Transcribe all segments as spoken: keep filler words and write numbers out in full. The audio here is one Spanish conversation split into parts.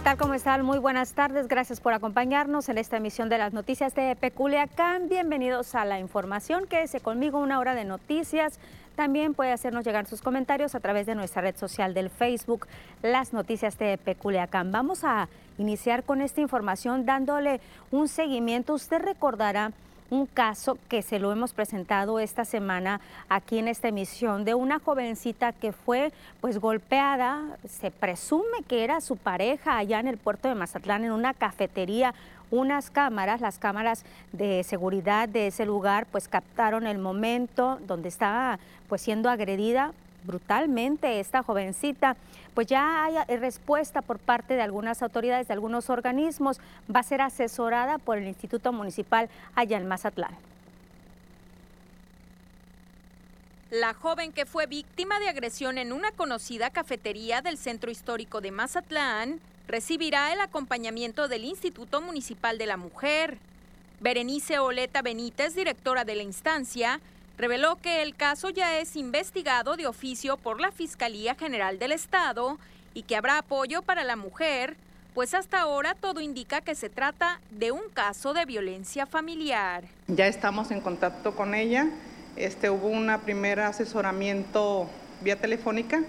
tal? ¿Cómo están? Muy buenas tardes. Gracias por acompañarnos en esta emisión de las noticias de Culiacán. Bienvenidos a la información. Quédese conmigo, una hora de noticias. También puede hacernos llegar sus comentarios a través de nuestra red social del Facebook, Las Noticias de Culiacán. Vamos a iniciar con esta información dándole un seguimiento. Usted recordará un caso que se lo hemos presentado esta semana aquí en esta emisión de una jovencita que fue pues golpeada, se presume que era su pareja allá en el puerto de Mazatlán en una cafetería. Unas cámaras, las cámaras de seguridad de ese lugar pues captaron el momento donde estaba pues siendo agredida brutalmente esta jovencita. Pues ya hay respuesta por parte de algunas autoridades, de algunos organismos. Va a ser asesorada por el Instituto Municipal allá en Mazatlán. La joven que fue víctima de agresión en una conocida cafetería del centro histórico de Mazatlán recibirá el acompañamiento del Instituto Municipal de la Mujer. Berenice Oleta Benítez, directora de la instancia, reveló que el caso ya es investigado de oficio por la Fiscalía General del Estado y que habrá apoyo para la mujer, pues hasta ahora todo indica que se trata de un caso de violencia familiar. Ya estamos en contacto con ella. Este, hubo un primer asesoramiento vía telefónica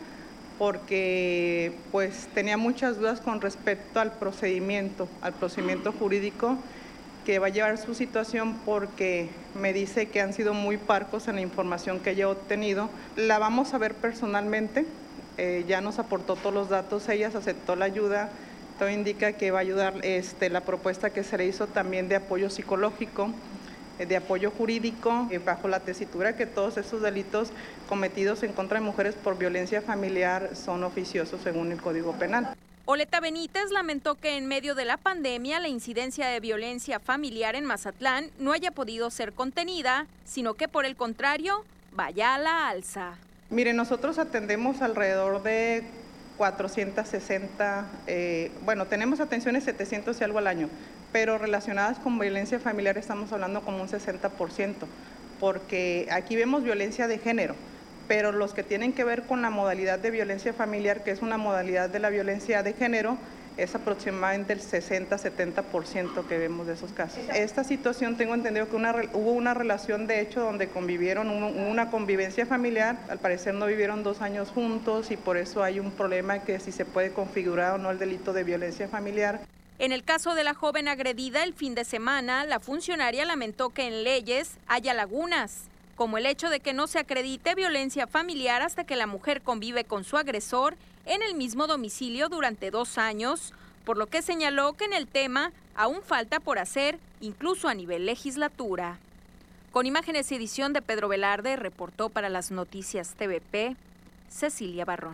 porque pues tenía muchas dudas con respecto al procedimiento, al procedimiento jurídico que va a llevar su situación, porque me dice que han sido muy parcos en la información que ella ha obtenido. La vamos a ver personalmente, eh, ya nos aportó todos los datos, ella aceptó la ayuda, todo indica que va a ayudar este, la propuesta que se le hizo también de apoyo psicológico, eh, de apoyo jurídico, eh, bajo la tesitura que todos esos delitos cometidos en contra de mujeres por violencia familiar son oficiosos según el Código Penal. Oleta Benítez lamentó que en medio de la pandemia la incidencia de violencia familiar en Mazatlán no haya podido ser contenida, sino que por el contrario vaya a la alza. Mire, nosotros atendemos alrededor de cuatrocientas sesenta, eh, bueno, tenemos atenciones setecientos y algo al año, pero relacionadas con violencia familiar estamos hablando como un sesenta por ciento, porque aquí vemos violencia de género, pero los que tienen que ver con la modalidad de violencia familiar, que es una modalidad de la violencia de género, es aproximadamente el sesenta a setenta por ciento que vemos de esos casos. Esta situación tengo entendido que una, hubo una relación de hecho donde convivieron, una convivencia familiar, al parecer no vivieron dos años juntos y por eso hay un problema que si se puede configurar o no el delito de violencia familiar. En el caso de la joven agredida el fin de semana, la funcionaria lamentó que en leyes haya lagunas, como el hecho de que no se acredite violencia familiar hasta que la mujer convive con su agresor en el mismo domicilio durante dos años, por lo que señaló que en el tema aún falta por hacer, incluso a nivel legislatura. Con imágenes y edición de Pedro Velarde, reportó para las Noticias T V P, Cecilia Barrón.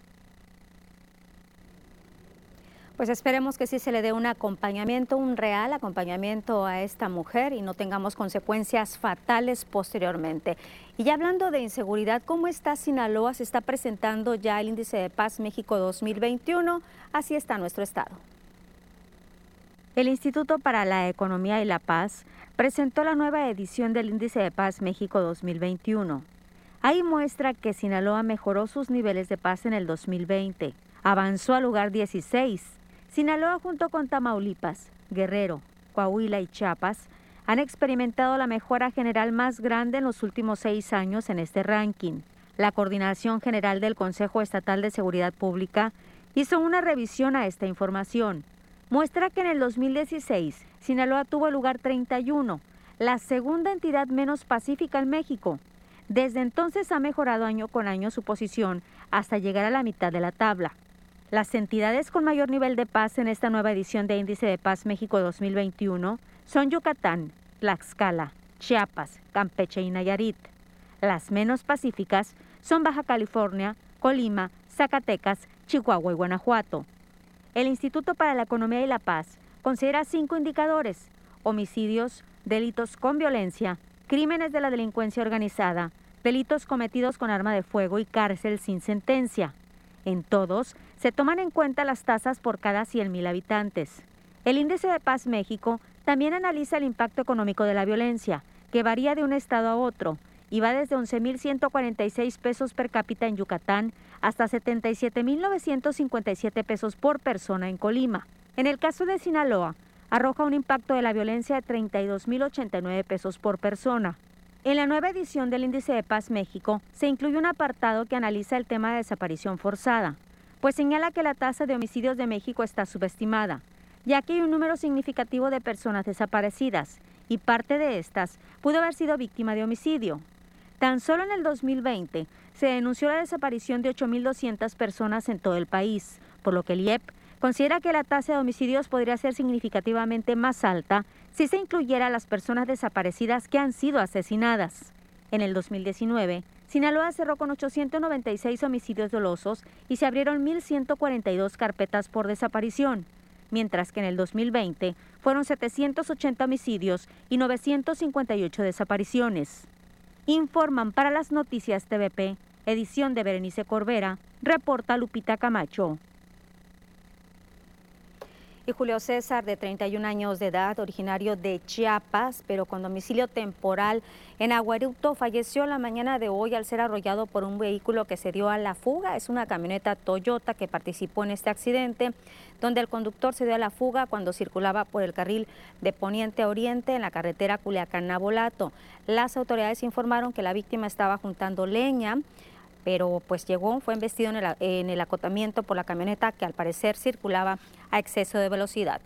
Pues esperemos que sí se le dé un acompañamiento, un real acompañamiento a esta mujer y no tengamos consecuencias fatales posteriormente. Y ya hablando de inseguridad, ¿cómo está Sinaloa? Se está presentando ya el Índice de Paz México dos mil veintiuno, así está nuestro estado. El Instituto para la Economía y la Paz presentó la nueva edición del Índice de Paz México dos mil veintiuno. Ahí muestra que Sinaloa mejoró sus niveles de paz en el dos mil veinte, avanzó al lugar dieciséis. Sinaloa junto con Tamaulipas, Guerrero, Coahuila y Chiapas han experimentado la mejora general más grande en los últimos seis años en este ranking. La Coordinación General del Consejo Estatal de Seguridad Pública hizo una revisión a esta información. Muestra que en el dos mil dieciséis Sinaloa tuvo el lugar treinta y uno, la segunda entidad menos pacífica en México. Desde entonces ha mejorado año con año su posición hasta llegar a la mitad de la tabla. Las entidades con mayor nivel de paz en esta nueva edición de Índice de Paz México dos mil veintiuno son Yucatán, Tlaxcala, Chiapas, Campeche y Nayarit. Las menos pacíficas son Baja California, Colima, Zacatecas, Chihuahua y Guanajuato. El Instituto para la Economía y la Paz considera cinco indicadores: homicidios, delitos con violencia, crímenes de la delincuencia organizada, delitos cometidos con arma de fuego y cárcel sin sentencia. En todos se toman en cuenta las tasas por cada cien mil habitantes. El Índice de Paz México también analiza el impacto económico de la violencia, que varía de un estado a otro, y va desde once mil ciento cuarenta y seis pesos per cápita en Yucatán hasta setenta y siete mil novecientos cincuenta y siete pesos por persona en Colima. En el caso de Sinaloa, arroja un impacto de la violencia de treinta y dos mil ochenta y nueve pesos por persona. En la nueva edición del Índice de Paz México se incluye un apartado que analiza el tema de desaparición forzada, pues señala que la tasa de homicidios de México está subestimada, ya que hay un número significativo de personas desaparecidas y parte de estas pudo haber sido víctima de homicidio. Tan solo en el dos mil veinte se denunció la desaparición de ocho mil doscientas personas en todo el país, por lo que el I E P considera que la tasa de homicidios podría ser significativamente más alta si se incluyera a las personas desaparecidas que han sido asesinadas. En el dos mil diecinueve, Sinaloa cerró con ochocientos noventa y seis homicidios dolosos y se abrieron mil ciento cuarenta y dos carpetas por desaparición, mientras que en el dos mil veinte fueron setecientos ochenta homicidios y novecientos cincuenta y ocho desapariciones. Informan para las Noticias T V P, edición de Berenice Corbera, reporta Lupita Camacho. Y Julio César, de treinta y un años de edad, originario de Chiapas, pero con domicilio temporal en Aguaruto, falleció la mañana de hoy al ser arrollado por un vehículo que se dio a la fuga. Es una camioneta Toyota que participó en este accidente, donde el conductor se dio a la fuga cuando circulaba por el carril de poniente a oriente en la carretera Culiacán-Nabolato. Las autoridades informaron que la víctima estaba juntando leña, pero pues llegó, fue embestido en el, en el acotamiento por la camioneta que al parecer circulaba a exceso de velocidad.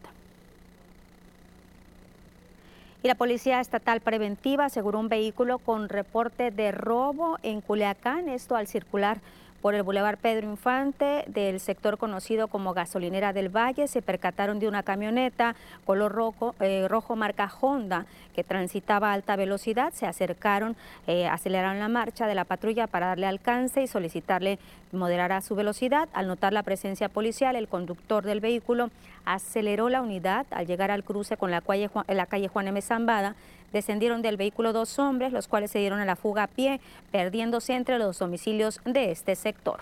Y la Policía Estatal Preventiva aseguró un vehículo con reporte de robo en Culiacán, esto al circular por el Boulevard Pedro Infante del sector conocido como Gasolinera del Valle. Se percataron de una camioneta color rojo, eh, rojo marca Honda que transitaba a alta velocidad. Se acercaron, eh, aceleraron la marcha de la patrulla para darle alcance y solicitarle moderar su velocidad. Al notar la presencia policial, el conductor del vehículo aceleró la unidad. Al llegar al cruce con la calle, la calle Juan M. Zambada, descendieron del vehículo dos hombres, los cuales se dieron a la fuga a pie, perdiéndose entre los domicilios de este sector.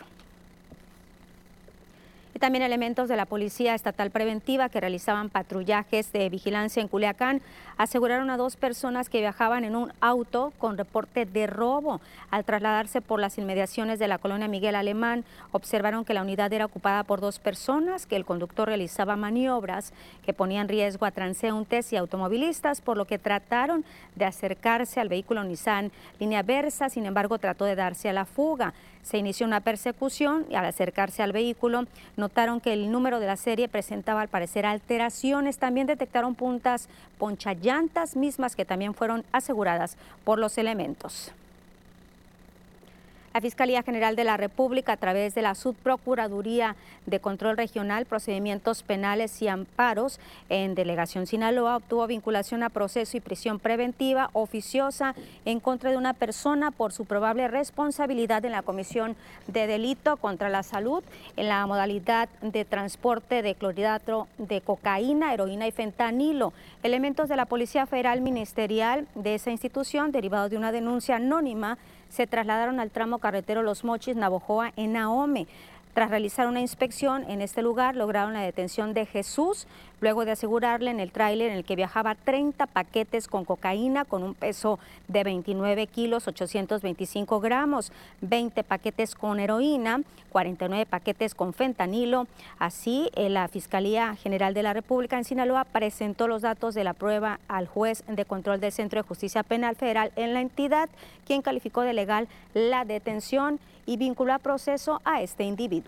Y también elementos de la Policía Estatal Preventiva que realizaban patrullajes de vigilancia en Culiacán aseguraron a dos personas que viajaban en un auto con reporte de robo. Al trasladarse por las inmediaciones de la colonia Miguel Alemán, observaron que la unidad era ocupada por dos personas, que el conductor realizaba maniobras que ponían en riesgo a transeúntes y automovilistas, por lo que trataron de acercarse al vehículo Nissan línea Versa. Sin embargo, trató de darse a la fuga. Se inició una persecución y al acercarse al vehículo notaron que el número de la serie presentaba al parecer alteraciones. También detectaron puntas ponchallantas mismas que también fueron aseguradas por los elementos. La Fiscalía General de la República, a través de la Subprocuraduría de Control Regional, Procedimientos Penales y Amparos en Delegación Sinaloa, obtuvo vinculación a proceso y prisión preventiva oficiosa en contra de una persona por su probable responsabilidad en la comisión de delito contra la salud en la modalidad de transporte de clorhidrato de cocaína, heroína y fentanilo. Elementos de la Policía Federal Ministerial de esa institución, derivado de una denuncia anónima, se trasladaron al tramo carretero Los Mochis, Navojoa, en Ahome. Tras realizar una inspección en este lugar, lograron la detención de Jesús, luego de asegurarle en el tráiler en el que viajaba treinta paquetes con cocaína con un peso de veintinueve kilos, ochocientos veinticinco gramos, veinte paquetes con heroína, cuarenta y nueve paquetes con fentanilo. Así, la Fiscalía General de la República en Sinaloa presentó los datos de la prueba al juez de control del Centro de Justicia Penal Federal en la entidad, quien calificó de legal la detención y vinculó a proceso a este individuo.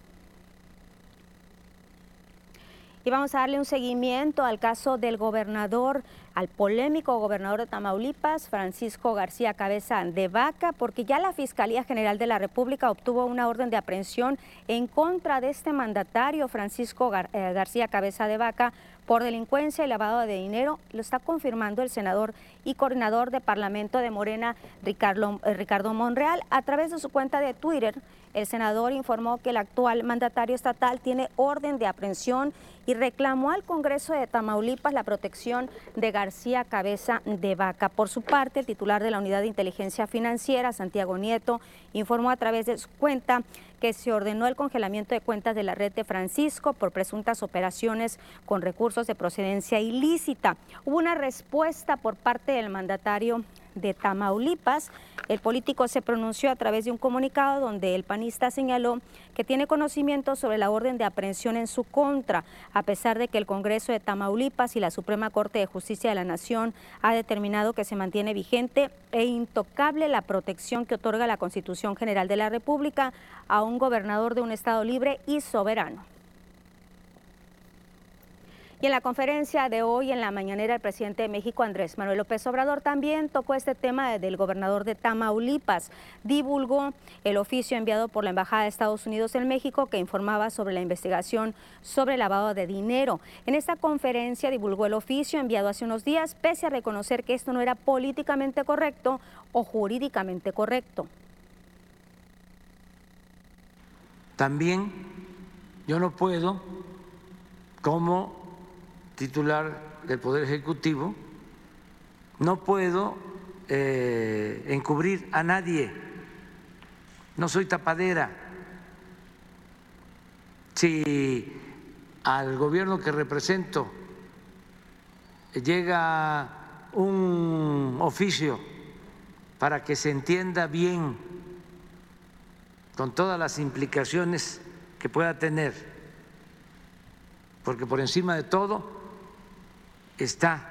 Y vamos a darle un seguimiento al caso del gobernador, al polémico gobernador de Tamaulipas, Francisco García Cabeza de Vaca, porque ya la Fiscalía General de la República obtuvo una orden de aprehensión en contra de este mandatario, Francisco Gar eh, García Cabeza de Vaca, por delincuencia y lavado de dinero. Lo está confirmando el senador y coordinador de Parlamento de Morena, Ricardo, eh, Ricardo Monreal. A través de su cuenta de Twitter, el senador informó que el actual mandatario estatal tiene orden de aprehensión y reclamó al Congreso de Tamaulipas la protección de García Cabeza de Vaca. Por su parte, el titular de la Unidad de Inteligencia Financiera, Santiago Nieto, informó a través de su cuenta que se ordenó el congelamiento de cuentas de la red de Francisco por presuntas operaciones con recursos de procedencia ilícita. Hubo una respuesta por parte del mandatario de Tamaulipas. El político se pronunció a través de un comunicado donde el panista señaló que tiene conocimiento sobre la orden de aprehensión en su contra, a pesar de que el Congreso de Tamaulipas y la Suprema Corte de Justicia de la Nación ha determinado que se mantiene vigente e intocable la protección que otorga la Constitución General de la República a un gobernador de un estado libre y soberano. Y en la conferencia de hoy, en la mañanera, el presidente de México, Andrés Manuel López Obrador, también tocó este tema del gobernador de Tamaulipas. Divulgó el oficio enviado por la Embajada de Estados Unidos en México que informaba sobre la investigación sobre lavado de dinero. En esta conferencia divulgó el oficio enviado hace unos días, pese a reconocer que esto no era políticamente correcto o jurídicamente correcto. También yo no puedo, como titular del Poder Ejecutivo, no puedo eh, encubrir a nadie, no soy tapadera. Si al gobierno que represento llega un oficio para que se entienda bien con todas las implicaciones que pueda tener, porque por encima de todo está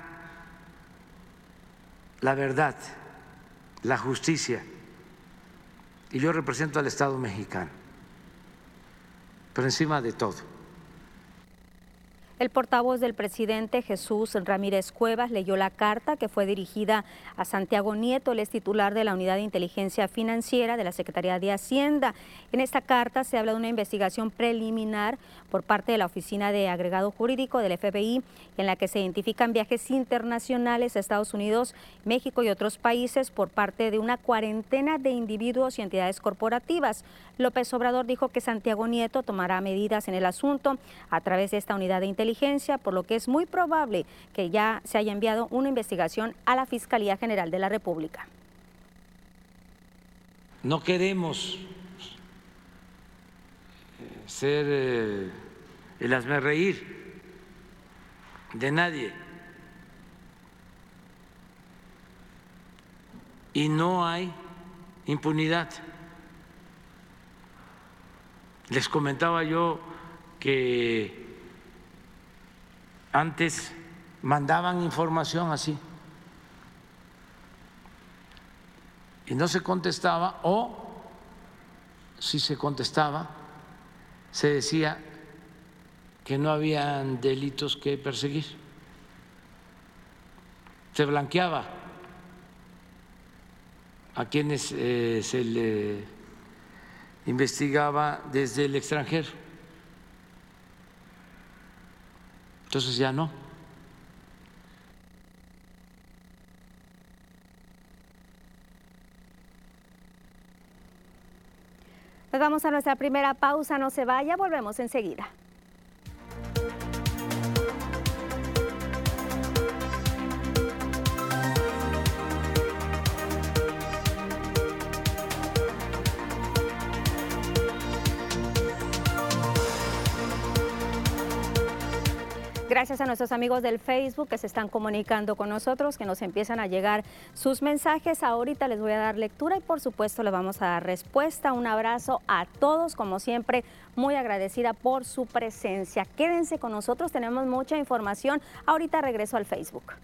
la verdad, la justicia, y yo represento al Estado mexicano, por encima de todo. El portavoz del presidente, Jesús Ramírez Cuevas, leyó la carta que fue dirigida a Santiago Nieto, él es titular de la Unidad de Inteligencia Financiera de la Secretaría de Hacienda. En esta carta se habla de una investigación preliminar por parte de la Oficina de Agregado Jurídico del F B I, en la que se identifican viajes internacionales a Estados Unidos, México y otros países por parte de una cuarentena de individuos y entidades corporativas. López Obrador dijo que Santiago Nieto tomará medidas en el asunto a través de esta unidad de inteligencia, por lo que es muy probable que ya se haya enviado una investigación a la Fiscalía General de la República. No queremos ser eh, el hazmerreír de nadie, y no hay impunidad. Les comentaba yo que antes mandaban información así y no se contestaba, o si se contestaba se decía que no habían delitos que perseguir, se blanqueaba a quienes eh, se le investigaba desde el extranjero. Entonces ya no. Nos vamos a nuestra primera pausa, no se vaya, volvemos enseguida. Gracias a nuestros amigos del Facebook que se están comunicando con nosotros, que nos empiezan a llegar sus mensajes. Ahorita les voy a dar lectura y por supuesto les vamos a dar respuesta. Un abrazo a todos, como siempre, muy agradecida por su presencia. Quédense con nosotros, tenemos mucha información. Ahorita regreso al Facebook.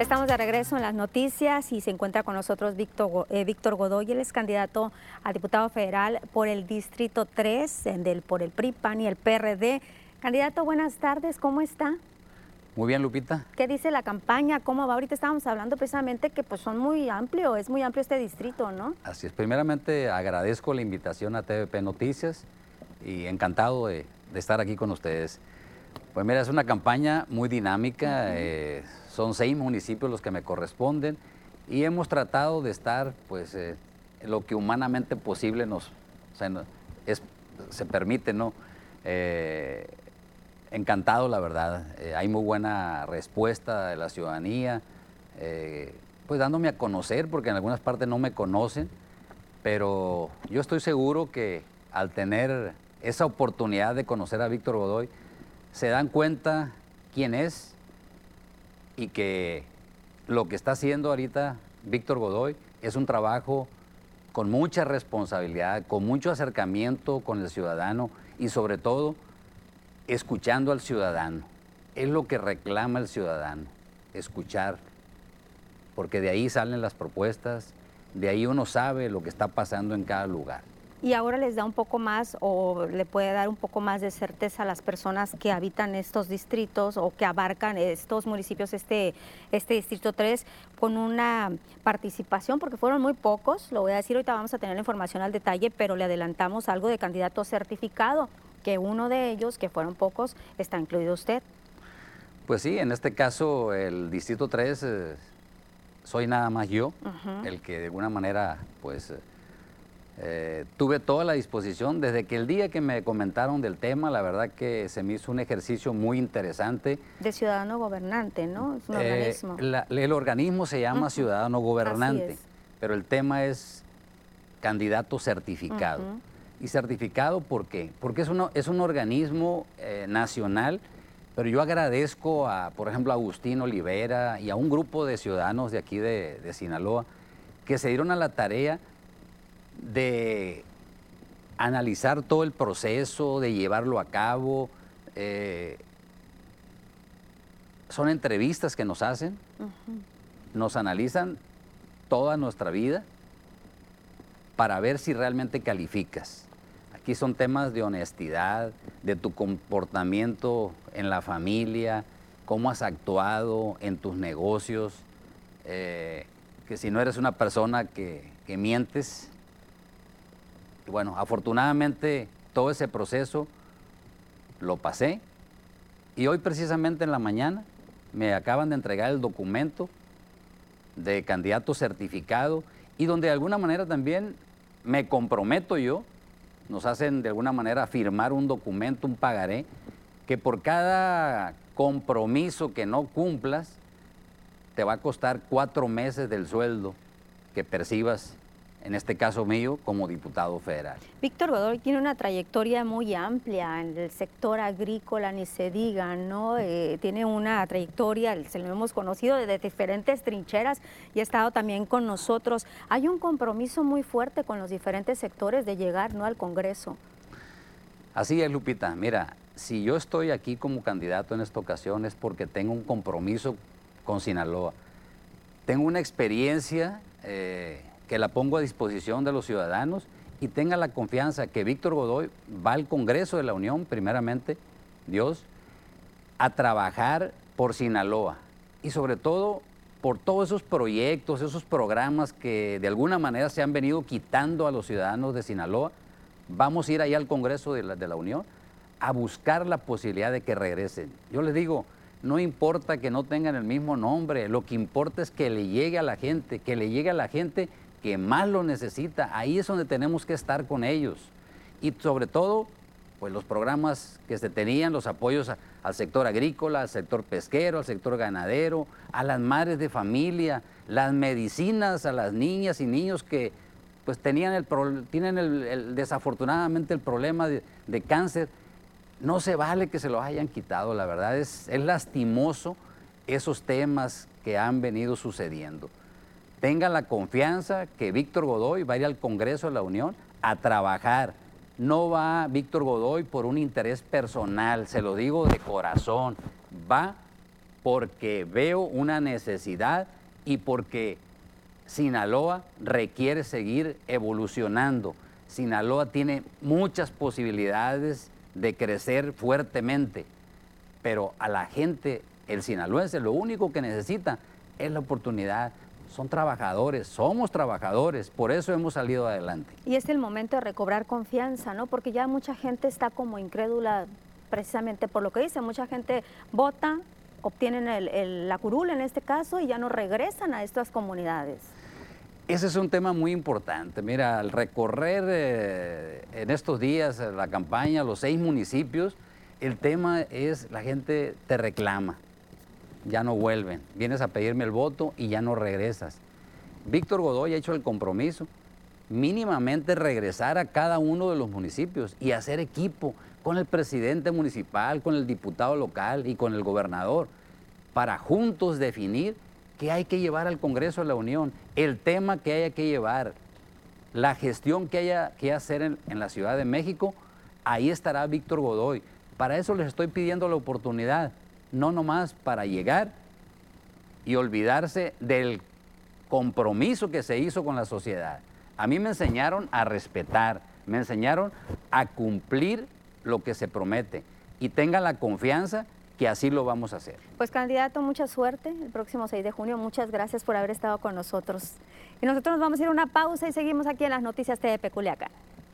Estamos de regreso en las noticias y se encuentra con nosotros Víctor, eh, Víctor Godoy. Él es candidato a diputado federal por el Distrito tres, del, por el P R I, P A N y el P R D. Candidato, buenas tardes, ¿cómo está? Muy bien, Lupita. ¿Qué dice la campaña? ¿Cómo va? Ahorita estábamos hablando precisamente que pues son muy amplio, es muy amplio este distrito, ¿no? Así es. Primeramente agradezco la invitación a T V P Noticias y encantado de, de estar aquí con ustedes. Pues mira, es una campaña muy dinámica, uh-huh. eh, son seis municipios los que me corresponden y hemos tratado de estar pues eh, lo que humanamente posible nos, o sea, es, se permite, ¿no? Eh, encantado, la verdad, eh, hay muy buena respuesta de la ciudadanía, eh, pues dándome a conocer, porque en algunas partes no me conocen, pero yo estoy seguro que al tener esa oportunidad de conocer a Víctor Godoy, se dan cuenta quién es y que lo que está haciendo ahorita Víctor Godoy es un trabajo con mucha responsabilidad, con mucho acercamiento con el ciudadano y sobre todo escuchando al ciudadano. Es lo que reclama el ciudadano, escuchar, porque de ahí salen las propuestas, de ahí uno sabe lo que está pasando en cada lugar. Y ahora les da un poco más o le puede dar un poco más de certeza a las personas que habitan estos distritos o que abarcan estos municipios, este, este distrito tres, con una participación, porque fueron muy pocos, lo voy a decir, ahorita vamos a tener la información al detalle, pero le adelantamos algo de candidato certificado, que uno de ellos, que fueron pocos, está incluido usted. Pues sí, en este caso el distrito tres eh, soy nada más yo, uh-huh. el que de alguna manera pues eh, tuve toda la disposición desde que el día que me comentaron del tema, la verdad que se me hizo un ejercicio muy interesante. De ciudadano gobernante, ¿no? Es un eh, organismo. La, el organismo se llama uh-huh. ciudadano gobernante, pero el tema es candidato certificado. Uh-huh. ¿Y certificado por qué? Porque es, uno, es un organismo eh, nacional, pero yo agradezco a, por ejemplo, a Agustín Olivera y a un grupo de ciudadanos de aquí de, de Sinaloa que se dieron a la tarea de analizar todo el proceso, de llevarlo a cabo. Eh, son entrevistas que nos hacen, uh-huh. nos analizan toda nuestra vida para ver si realmente calificas. Aquí son temas de honestidad, de tu comportamiento en la familia, cómo has actuado en tus negocios, eh, que si no eres una persona que, que mientes. Y bueno, afortunadamente todo ese proceso lo pasé y hoy precisamente en la mañana me acaban de entregar el documento de candidato certificado y donde de alguna manera también me comprometo yo, nos hacen de alguna manera firmar un documento, un pagaré, que por cada compromiso que no cumplas, te va a costar cuatro meses del sueldo que percibas, en este caso mío, como diputado federal. Víctor Godoy tiene una trayectoria muy amplia en el sector agrícola, ni se diga, ¿no? Eh, tiene una trayectoria, se lo hemos conocido desde diferentes trincheras y ha estado también con nosotros. Hay un compromiso muy fuerte con los diferentes sectores de llegar, ¿no?, al Congreso. Así es, Lupita. Mira, si yo estoy aquí como candidato en esta ocasión es porque tengo un compromiso con Sinaloa. Tengo una experiencia eh, que la pongo a disposición de los ciudadanos y tenga la confianza que Víctor Godoy va al Congreso de la Unión, primeramente, Dios, a trabajar por Sinaloa y sobre todo por todos esos proyectos, esos programas que de alguna manera se han venido quitando a los ciudadanos de Sinaloa. Vamos a ir ahí al Congreso de la, de la Unión a buscar la posibilidad de que regresen. Yo les digo, no importa que no tengan el mismo nombre, lo que importa es que le llegue a la gente, que le llegue a la gente que más lo necesita. Ahí es donde tenemos que estar con ellos. Y sobre todo, pues los programas que se tenían, los apoyos a, al sector agrícola, al sector pesquero, al sector ganadero, a las madres de familia, las medicinas a las niñas y niños que pues tenían el, tienen el, el, desafortunadamente el problema de, de cáncer. No se vale que se los hayan quitado, la verdad es, es lastimoso esos temas que han venido sucediendo. Tengan la confianza que Víctor Godoy va a ir al Congreso de la Unión a trabajar. No va Víctor Godoy por un interés personal, se lo digo de corazón, va porque veo una necesidad y porque Sinaloa requiere seguir evolucionando. Sinaloa tiene muchas posibilidades de crecer fuertemente, pero a la gente, el sinaloense, lo único que necesita es la oportunidad. Son trabajadores, somos trabajadores, por eso hemos salido adelante. Y es el momento de recobrar confianza, ¿no? Porque ya mucha gente está como incrédula precisamente por lo que dice. Mucha gente vota, obtienen el, el, la curul en este caso y ya no regresan a estas comunidades. Ese es un tema muy importante. Mira, al recorrer eh, en estos días la campaña, los seis municipios, el tema es la gente te reclama. Ya no vuelven, vienes a pedirme el voto y ya no regresas. Víctor Godoy ha hecho el compromiso mínimamente regresar a cada uno de los municipios y hacer equipo con el presidente municipal, con el diputado local y con el gobernador para juntos definir qué hay que llevar al Congreso de la Unión, el tema que haya que llevar, la gestión que haya que hacer en, en la Ciudad de México. Ahí estará Víctor Godoy. Para eso les estoy pidiendo la oportunidad. No nomás para llegar y olvidarse del compromiso que se hizo con la sociedad. A mí me enseñaron a respetar, me enseñaron a cumplir lo que se promete y tengan la confianza que así lo vamos a hacer. Pues candidato, mucha suerte el próximo seis de junio. Muchas gracias por haber estado con nosotros. Y nosotros nos vamos a ir a una pausa y seguimos aquí en las noticias T V P Culiacán.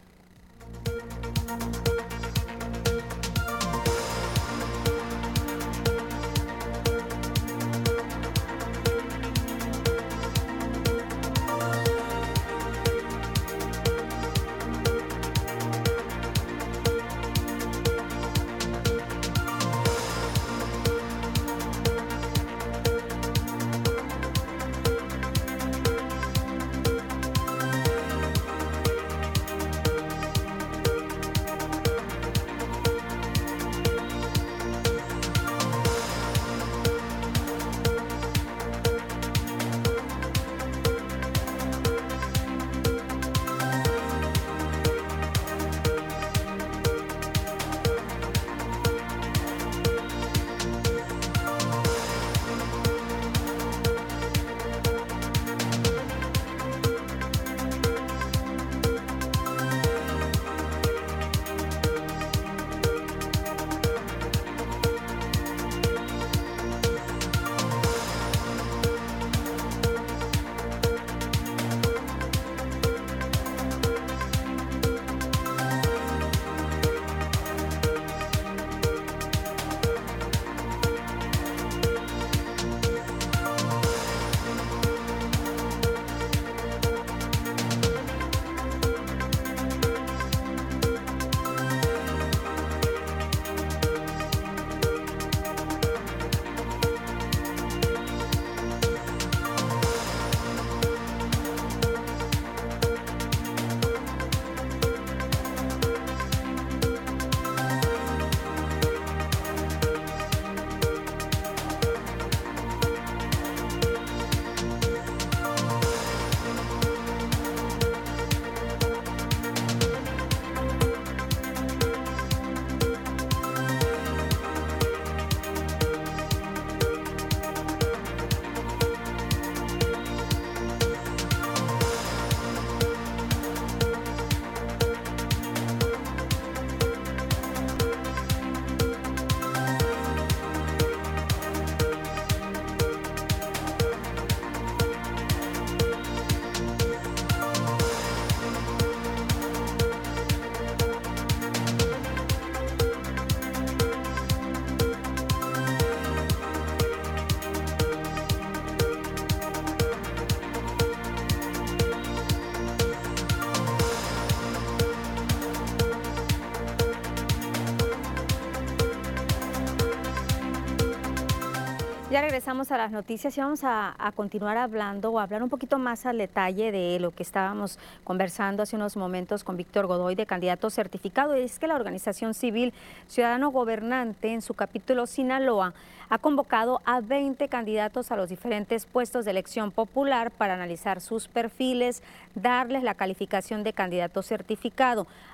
Ya regresamos a las noticias y vamos a, a continuar hablando o hablar un poquito más al detalle de lo que estábamos conversando hace unos momentos con Víctor Godoy, de candidato certificado. Y es que la organización civil Ciudadano Gobernante, en su capítulo Sinaloa, ha convocado a veinte candidatos a los diferentes puestos de elección popular para analizar sus perfiles, darles la calificación de candidato certificado.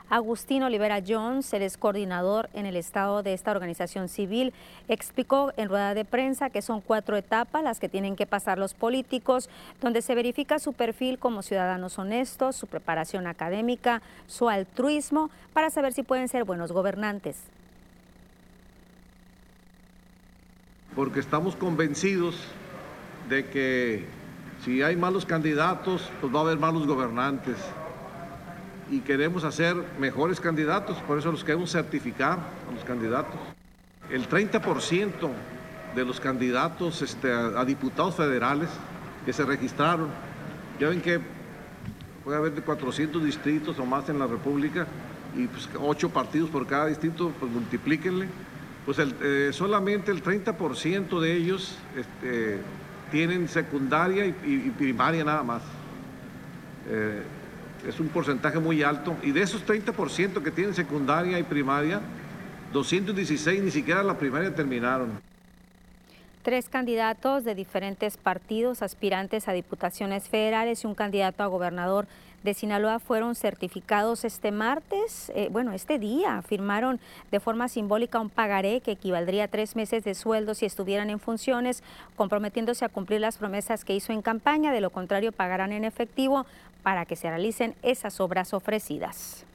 Agustín Olivera Jones, el ex coordinador en el estado de esta organización civil, explicó en rueda de prensa que son cuatro etapas las que tienen que pasar los políticos, donde se verifica su perfil como ciudadanos honestos, su preparación académica, su altruismo, para saber si pueden ser buenos gobernantes. Porque estamos convencidos de que si hay malos candidatos, pues va a haber malos gobernantes. Y queremos hacer mejores candidatos, por eso los queremos certificar a los candidatos. El treinta por ciento de los candidatos este, a, a diputados federales que se registraron, ya ven que puede haber de cuatrocientos distritos o más en la República y pues ocho partidos por cada distrito, pues multiplíquenle. Pues el, eh, solamente el treinta por ciento de ellos este, tienen secundaria y, y, y primaria nada más. Eh, es un porcentaje muy alto. Y de esos treinta por ciento que tienen secundaria y primaria, doscientos dieciséis ni siquiera la primaria terminaron. Tres candidatos de diferentes partidos, aspirantes a diputaciones federales y un candidato a gobernador de Sinaloa fueron certificados este martes, eh, bueno, este día, firmaron de forma simbólica un pagaré que equivaldría a tres meses de sueldo si estuvieran en funciones, comprometiéndose a cumplir las promesas que hizo en campaña, de lo contrario pagarán en efectivo para que se realicen esas obras ofrecidas.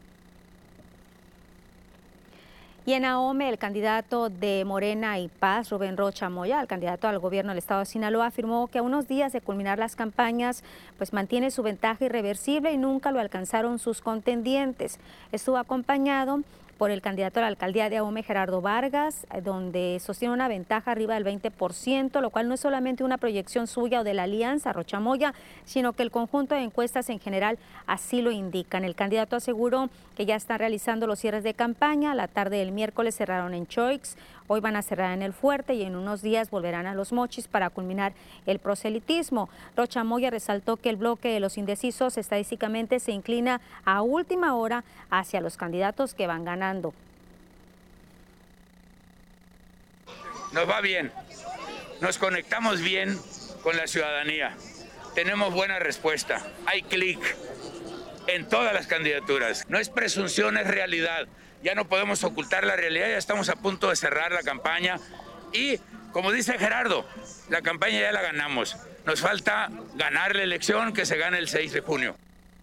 Y en Ahome, el candidato de Morena y Paz, Rubén Rocha Moya, el candidato al gobierno del estado de Sinaloa, afirmó que a unos días de culminar las campañas, pues mantiene su ventaja irreversible y nunca lo alcanzaron sus contendientes. Estuvo acompañado por el candidato a la alcaldía de Ahome, Gerardo Vargas, donde sostiene una ventaja arriba del veinte por ciento, lo cual no es solamente una proyección suya o de la alianza Rocha Moya, sino que el conjunto de encuestas en general así lo indican. El candidato aseguró que ya están realizando los cierres de campaña. La tarde del miércoles cerraron en Choix, hoy van a cerrar en El Fuerte y en unos días volverán a Los Mochis para culminar el proselitismo. Rocha Moya resaltó que el bloque de los indecisos estadísticamente se inclina a última hora hacia los candidatos que van ganando. Nos va bien, nos conectamos bien con la ciudadanía, tenemos buena respuesta, hay clic en todas las candidaturas, no es presunción, es realidad, ya no podemos ocultar la realidad, ya estamos a punto de cerrar la campaña y, como dice Gerardo, la campaña ya la ganamos, nos falta ganar la elección que se gane el seis de junio.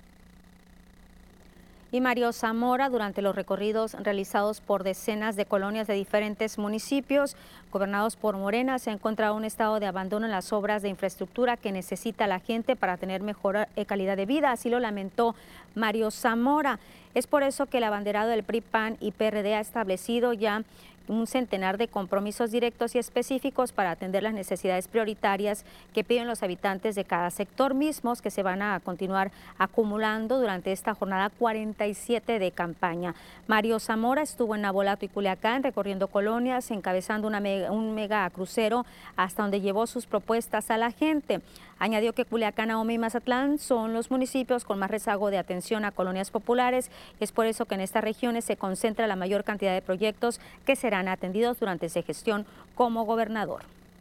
Y Mario Zamora, durante los recorridos realizados por decenas de colonias de diferentes municipios gobernados por Morena, se ha encontrado un estado de abandono en las obras de infraestructura que necesita la gente para tener mejor calidad de vida. Así lo lamentó Mario Zamora. Es por eso que el abanderado del P R I, P A N y P R D ha establecido ya un centenar de compromisos directos y específicos para atender las necesidades prioritarias que piden los habitantes de cada sector, mismos que se van a continuar acumulando durante esta jornada cuarenta y siete de campaña. Mario Zamora estuvo en Nabolato y Culiacán recorriendo colonias, encabezando una mega, un mega crucero hasta donde llevó sus propuestas a la gente. Añadió que Culiacán, Ahome y Mazatlán son los municipios con más rezago de atención a colonias populares. Es por eso que en estas regiones se concentra la mayor cantidad de proyectos que serán atendidos durante su gestión como gobernador.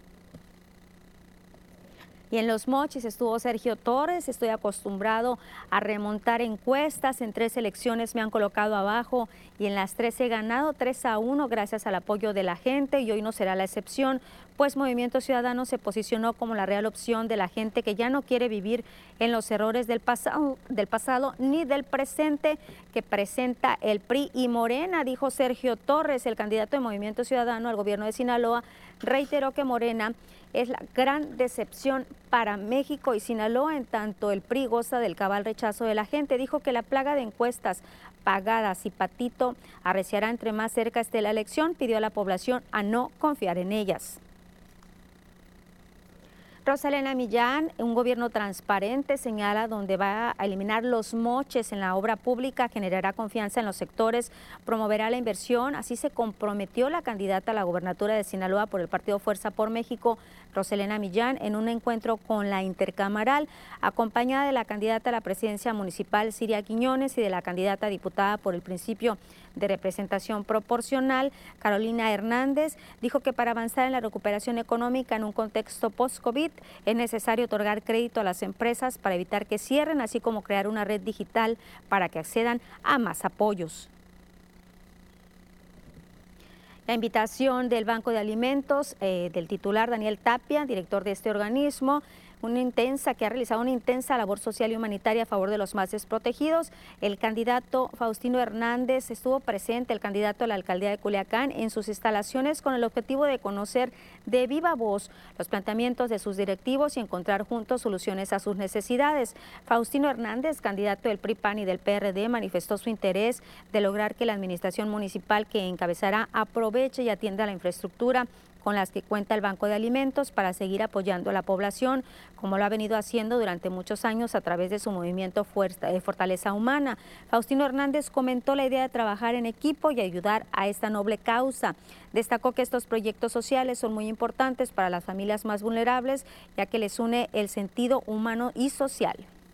Y en Los Mochis estuvo Sergio Torres. Estoy acostumbrado a remontar encuestas. En tres elecciones me han colocado abajo y en las tres he ganado tres a uno gracias al apoyo de la gente y hoy no será la excepción, pues Movimiento Ciudadano se posicionó como la real opción de la gente que ya no quiere vivir en los errores del pasado, del pasado ni del presente que presenta el P R I y Morena, dijo Sergio Torres. El candidato de Movimiento Ciudadano al gobierno de Sinaloa reiteró que Morena es la gran decepción para México y Sinaloa, en tanto el P R I goza del cabal rechazo de la gente. Dijo que la plaga de encuestas pagadas y patito arreciará entre más cerca esté la elección. Pidió a la población a no confiar en ellas. Rosalena Millán, un gobierno transparente, señala donde va a eliminar los moches en la obra pública, generará confianza en los sectores, promoverá la inversión. Así se comprometió la candidata a la gobernatura de Sinaloa por el partido Fuerza por México, Rosalena Millán, en un encuentro con la Intercamaral, acompañada de la candidata a la presidencia municipal, Siria Quiñones, y de la candidata diputada por el Principio de representación proporcional, Carolina Hernández, dijo que para avanzar en la recuperación económica en un contexto post-COVID es necesario otorgar crédito a las empresas para evitar que cierren, así como crear una red digital para que accedan a más apoyos. La invitación del Banco de Alimentos eh, del titular Daniel Tapia, director de este organismo, una intensa, que ha realizado una intensa labor social y humanitaria a favor de los más desprotegidos. El candidato Faustino Hernández estuvo presente, el candidato a la alcaldía de Culiacán, en sus instalaciones con el objetivo de conocer de viva voz los planteamientos de sus directivos y encontrar juntos soluciones a sus necesidades. Faustino Hernández, candidato del P R I, P A N y del P R D, manifestó su interés de lograr que la administración municipal que encabezará aproveche y atienda la infraestructura con las que cuenta el Banco de Alimentos para seguir apoyando a la población, como lo ha venido haciendo durante muchos años a través de su movimiento Fortaleza Humana. Faustino Hernández comentó la idea de trabajar en equipo y ayudar a esta noble causa. Destacó que estos proyectos sociales son muy importantes para las familias más vulnerables, ya que les une el sentido humano y social.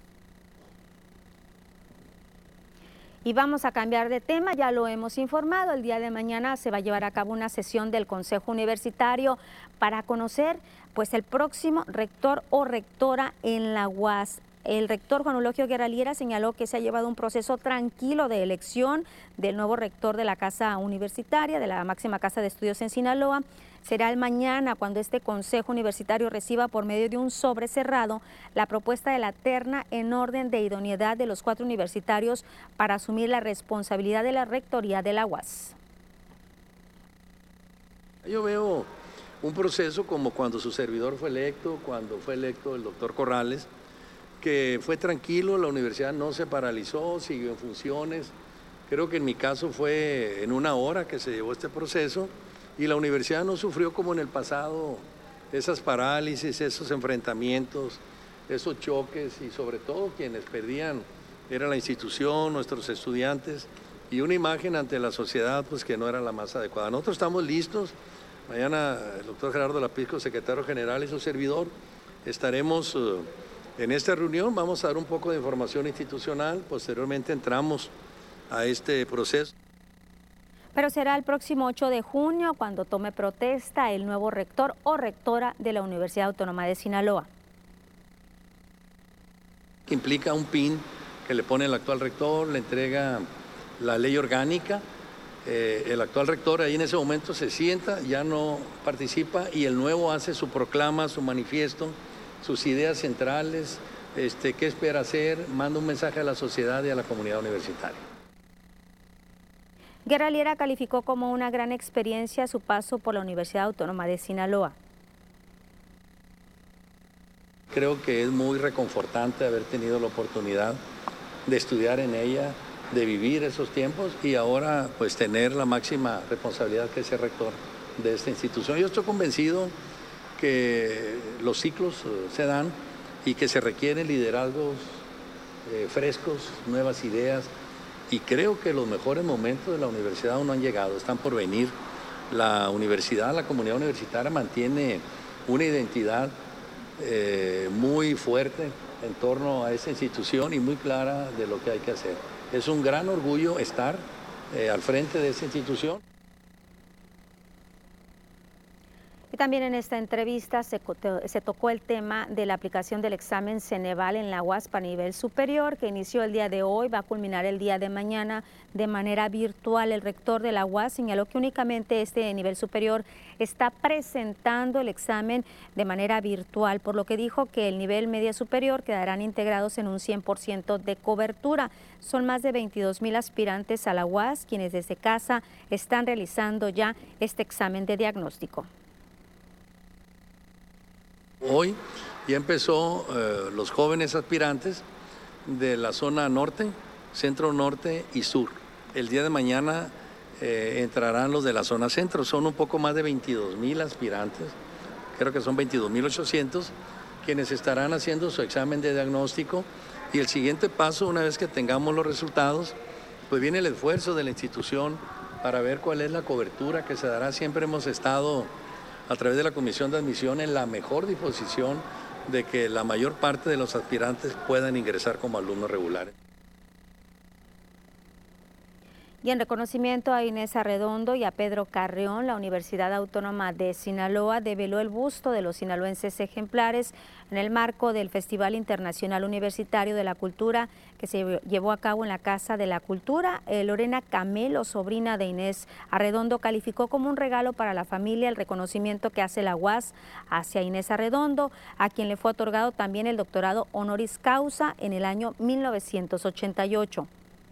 Y vamos a cambiar de tema, ya lo hemos informado, el día de mañana se va a llevar a cabo una sesión del Consejo Universitario para conocer pues el próximo rector o rectora en la U A S. El rector Juan Eulogio Guerra Liera señaló que se ha llevado un proceso tranquilo de elección del nuevo rector de la Casa Universitaria, de la máxima casa de estudios en Sinaloa. Será el mañana cuando este Consejo Universitario reciba por medio de un sobre cerrado la propuesta de la terna en orden de idoneidad de los cuatro universitarios para asumir la responsabilidad de la rectoría de la U A S. Yo veo un proceso como cuando su servidor fue electo, cuando fue electo el doctor Corrales, que fue tranquilo, la universidad no se paralizó, siguió en funciones. Creo que en mi caso fue en una hora que se llevó este proceso y la universidad no sufrió como en el pasado esas parálisis, esos enfrentamientos, esos choques y sobre todo quienes perdían era la institución, nuestros estudiantes y una imagen ante la sociedad pues que no era la más adecuada. Nosotros estamos listos, mañana el doctor Gerardo Lapisco, secretario general y su servidor, estaremos uh, en esta reunión, vamos a dar un poco de información institucional, posteriormente entramos a este proceso. Pero será el próximo ocho de junio cuando tome protesta el nuevo rector o rectora de la Universidad Autónoma de Sinaloa. Implica un pin que le pone el actual rector, le entrega la ley orgánica, eh, el actual rector ahí en ese momento se sienta, ya no participa y el nuevo hace su proclama, su manifiesto, sus ideas centrales, este, qué espera hacer, manda un mensaje a la sociedad y a la comunidad universitaria. Guerra Liera calificó como una gran experiencia su paso por la Universidad Autónoma de Sinaloa. Creo que es muy reconfortante haber tenido la oportunidad de estudiar en ella, de vivir esos tiempos y ahora pues tener la máxima responsabilidad que es ser rector de esta institución. Yo estoy convencido que los ciclos se dan y que se requieren liderazgos eh, frescos, nuevas ideas y creo que los mejores momentos de la universidad aún no han llegado, están por venir. La universidad, la comunidad universitaria mantiene una identidad eh, muy fuerte en torno a esta institución y muy clara de lo que hay que hacer. Es un gran orgullo estar eh, al frente de esta institución. Y también en esta entrevista se, se tocó el tema de la aplicación del examen Ceneval en la U A S P a nivel superior, que inició el día de hoy, va a culminar el día de mañana de manera virtual. El rector de la U A S señaló que únicamente este nivel superior está presentando el examen de manera virtual, por lo que dijo que el nivel media superior quedarán integrados en un cien por ciento de cobertura. Son más de veintidós mil aspirantes a la U A S quienes desde casa están realizando ya este examen de diagnóstico. Hoy ya empezó eh, los jóvenes aspirantes de la zona norte, centro norte y sur. El día de mañana eh, entrarán los de la zona centro, son un poco más de veintidós mil aspirantes, creo que son veintidós mil ochocientos, quienes estarán haciendo su examen de diagnóstico y el siguiente paso, una vez que tengamos los resultados, pues viene el esfuerzo de la institución para ver cuál es la cobertura que se dará. Siempre hemos estado a través de la Comisión de Admisión en la mejor disposición de que la mayor parte de los aspirantes puedan ingresar como alumnos regulares. Y en reconocimiento a Inés Arredondo y a Pedro Carrión, la Universidad Autónoma de Sinaloa develó el busto de los sinaloenses ejemplares en el marco del Festival Internacional Universitario de la Cultura que se llevó a cabo en la Casa de la Cultura. Eh, Lorena Camelo, sobrina de Inés Arredondo, calificó como un regalo para la familia el reconocimiento que hace la U A S hacia Inés Arredondo, a quien le fue otorgado también el doctorado honoris causa en el año mil novecientos ochenta y ocho.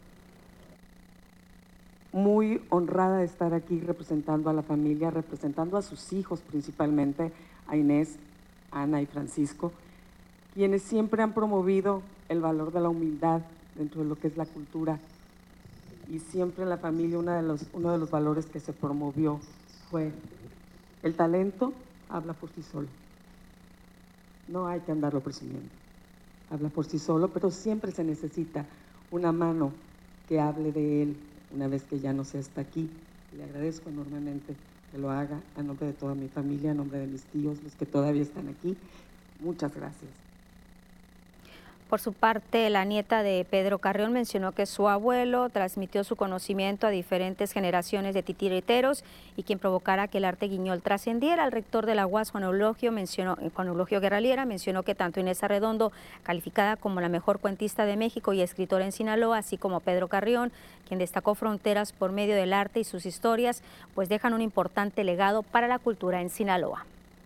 Muy honrada de estar aquí representando a la familia, representando a sus hijos principalmente, a Inés, Ana y Francisco, quienes siempre han promovido el valor de la humildad dentro de lo que es la cultura. Y siempre en la familia una de los, uno de los valores que se promovió fue el talento habla por sí solo. No hay que andarlo presumiendo. Habla por sí solo, pero siempre se necesita una mano que hable de él una vez que ya no se está aquí. Le agradezco enormemente que lo haga a nombre de toda mi familia, a nombre de mis tíos, los que todavía están aquí. Muchas gracias. Por su parte, la nieta de Pedro Carrión mencionó que su abuelo transmitió su conocimiento a diferentes generaciones de titiriteros y quien provocara que el arte guiñol trascendiera. El rector de la U A S, Juan Eulogio, mencionó, Juan Eulogio Guerra Liera, mencionó que tanto Inés Arredondo, calificada como la mejor cuentista de México y escritora en Sinaloa, así como Pedro Carrión, quien destacó fronteras por medio del arte y sus historias, pues dejan un importante legado para la cultura en Sinaloa.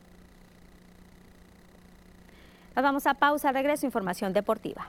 Nos vamos a pausa, regreso, información deportiva.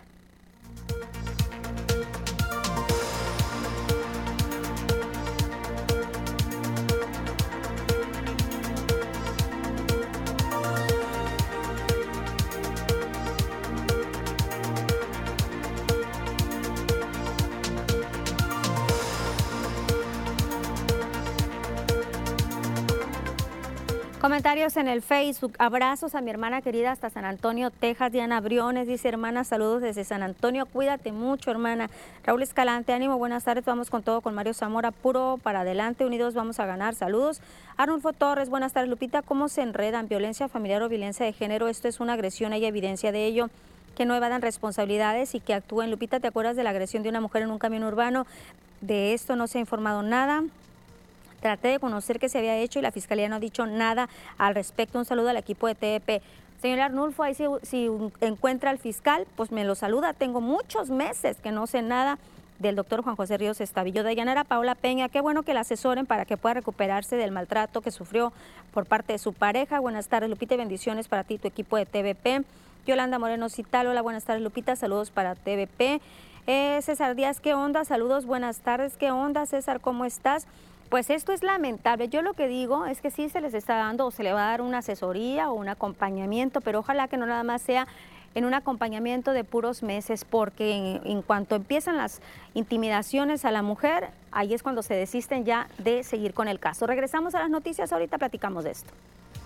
Comentarios en el Facebook. Abrazos a mi hermana querida hasta San Antonio, Texas. Diana Briones dice: hermana, saludos desde San Antonio. Cuídate mucho, hermana. Raúl Escalante, ánimo, buenas tardes. Vamos con todo con Mario Zamora. Puro para adelante, unidos vamos a ganar. Saludos. Arnulfo Torres, buenas tardes. Lupita, ¿cómo se enredan? Violencia familiar o violencia de género. Esto es una agresión, hay evidencia de ello. Que no evadan responsabilidades y que actúen. Lupita, ¿te acuerdas de la agresión de una mujer en un camión urbano? De esto no se ha informado nada. Traté de conocer qué se había hecho y la Fiscalía no ha dicho nada al respecto. Un saludo al equipo de T V P. Señor Arnulfo, ahí si, si encuentra al fiscal, pues me lo saluda. Tengo muchos meses que no sé nada del doctor Juan José Ríos Estavillo. De Yanara Paola Peña, qué bueno que la asesoren para que pueda recuperarse del maltrato que sufrió por parte de su pareja. Buenas tardes, Lupita, y bendiciones para ti y tu equipo de T V P. Yolanda Moreno Cital, hola, buenas tardes, Lupita, saludos para T V P. Eh, César Díaz, ¿qué onda? Saludos, buenas tardes, ¿qué onda, César? ¿Cómo estás? Pues esto es lamentable. Yo lo que digo es que sí se les está dando o se le va a dar una asesoría o un acompañamiento, pero ojalá que no nada más sea en un acompañamiento de puros meses, porque en, en cuanto empiezan las intimidaciones a la mujer, ahí es cuando se desisten ya de seguir con el caso. Regresamos a las noticias, ahorita platicamos de esto.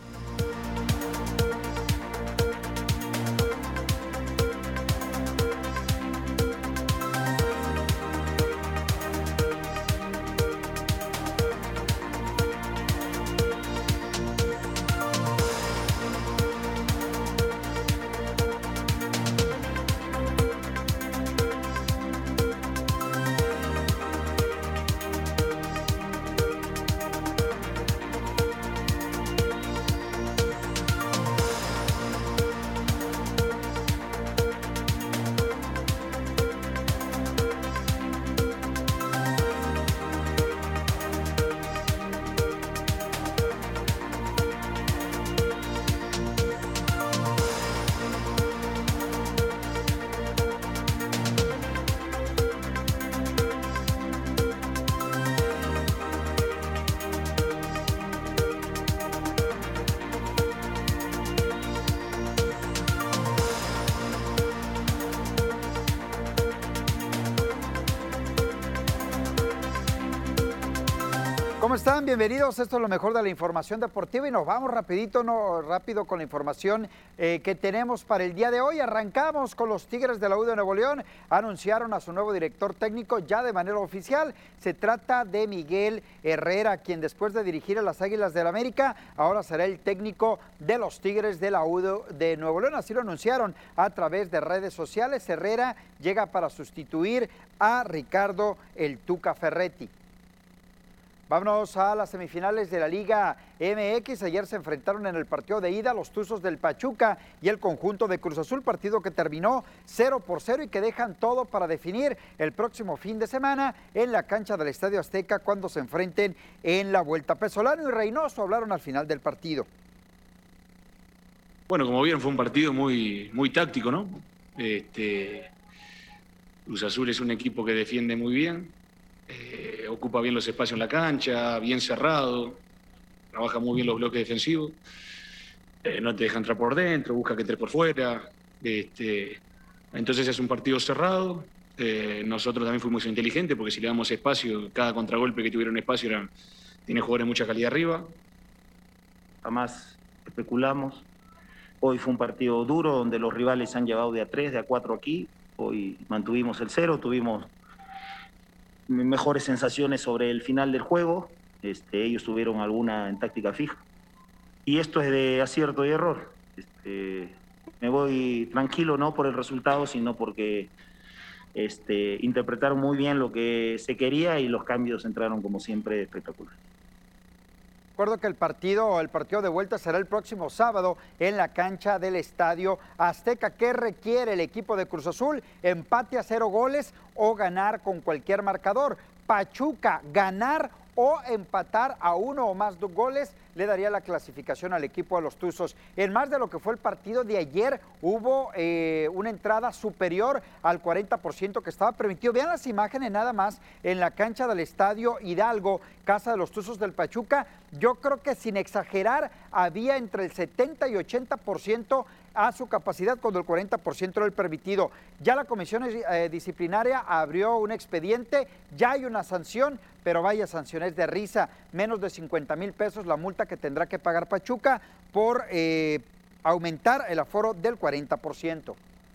¿Cómo están? Bienvenidos. Esto es lo mejor de la información deportiva y nos vamos rapidito, no, rápido con la información eh, que tenemos para el día de hoy. Arrancamos con los Tigres de la U de Nuevo León. Anunciaron a su nuevo director técnico ya de manera oficial. Se trata de Miguel Herrera, quien después de dirigir a las Águilas del América, ahora será el técnico de los Tigres de la U de Nuevo León. Así lo anunciaron a través de redes sociales. Herrera llega para sustituir a Ricardo El Tuca Ferretti. Vámonos a las semifinales de la Liga M X. Ayer se enfrentaron en el partido de ida los Tuzos del Pachuca y el conjunto de Cruz Azul, partido que terminó cero por cero y que dejan todo para definir el próximo fin de semana en la cancha del Estadio Azteca cuando se enfrenten en la vuelta. Pesolano y Reynoso hablaron al final del partido. Bueno, como vieron, fue un partido muy, muy táctico, ¿no? Este, Cruz Azul es un equipo que defiende muy bien. Eh, ocupa bien los espacios en la cancha, bien cerrado, trabaja muy bien los bloques defensivos, eh, no te deja entrar por dentro, busca que entres por fuera. Este, entonces es un partido cerrado. Eh, nosotros también fuimos inteligentes porque si le damos espacio, cada contragolpe que tuviera un espacio era, tiene jugadores de mucha calidad arriba. Jamás especulamos. Hoy fue un partido duro donde los rivales han llevado de a tres, de a cuatro aquí. Hoy mantuvimos el cero, tuvimos mejores sensaciones sobre el final del juego. Este, ellos tuvieron alguna en táctica fija. Y esto es de acierto y error. Este, me voy tranquilo no por el resultado, sino porque este, interpretaron muy bien lo que se quería y los cambios entraron como siempre espectacular. Recuerdo que el partido, el partido de vuelta será el próximo sábado en la cancha del Estadio Azteca. ¿Qué requiere el equipo de Cruz Azul? Empate a cero goles o ganar con cualquier marcador. Pachuca, ganar o empatar a uno o más goles le daría la clasificación al equipo de los Tuzos. En más de lo que fue el partido de ayer, hubo eh, una entrada superior al cuarenta por ciento que estaba permitido. Vean las imágenes nada más en la cancha del Estadio Hidalgo, casa de los Tuzos del Pachuca. Yo creo que sin exagerar había entre el setenta y ochenta por ciento a su capacidad, cuando el cuarenta por ciento era el permitido. Ya la comisión eh, disciplinaria abrió un expediente, ya hay una sanción, pero vaya sanciones de risa, menos de cincuenta mil pesos la multa que tendrá que pagar Pachuca por eh, aumentar el aforo del cuarenta por ciento.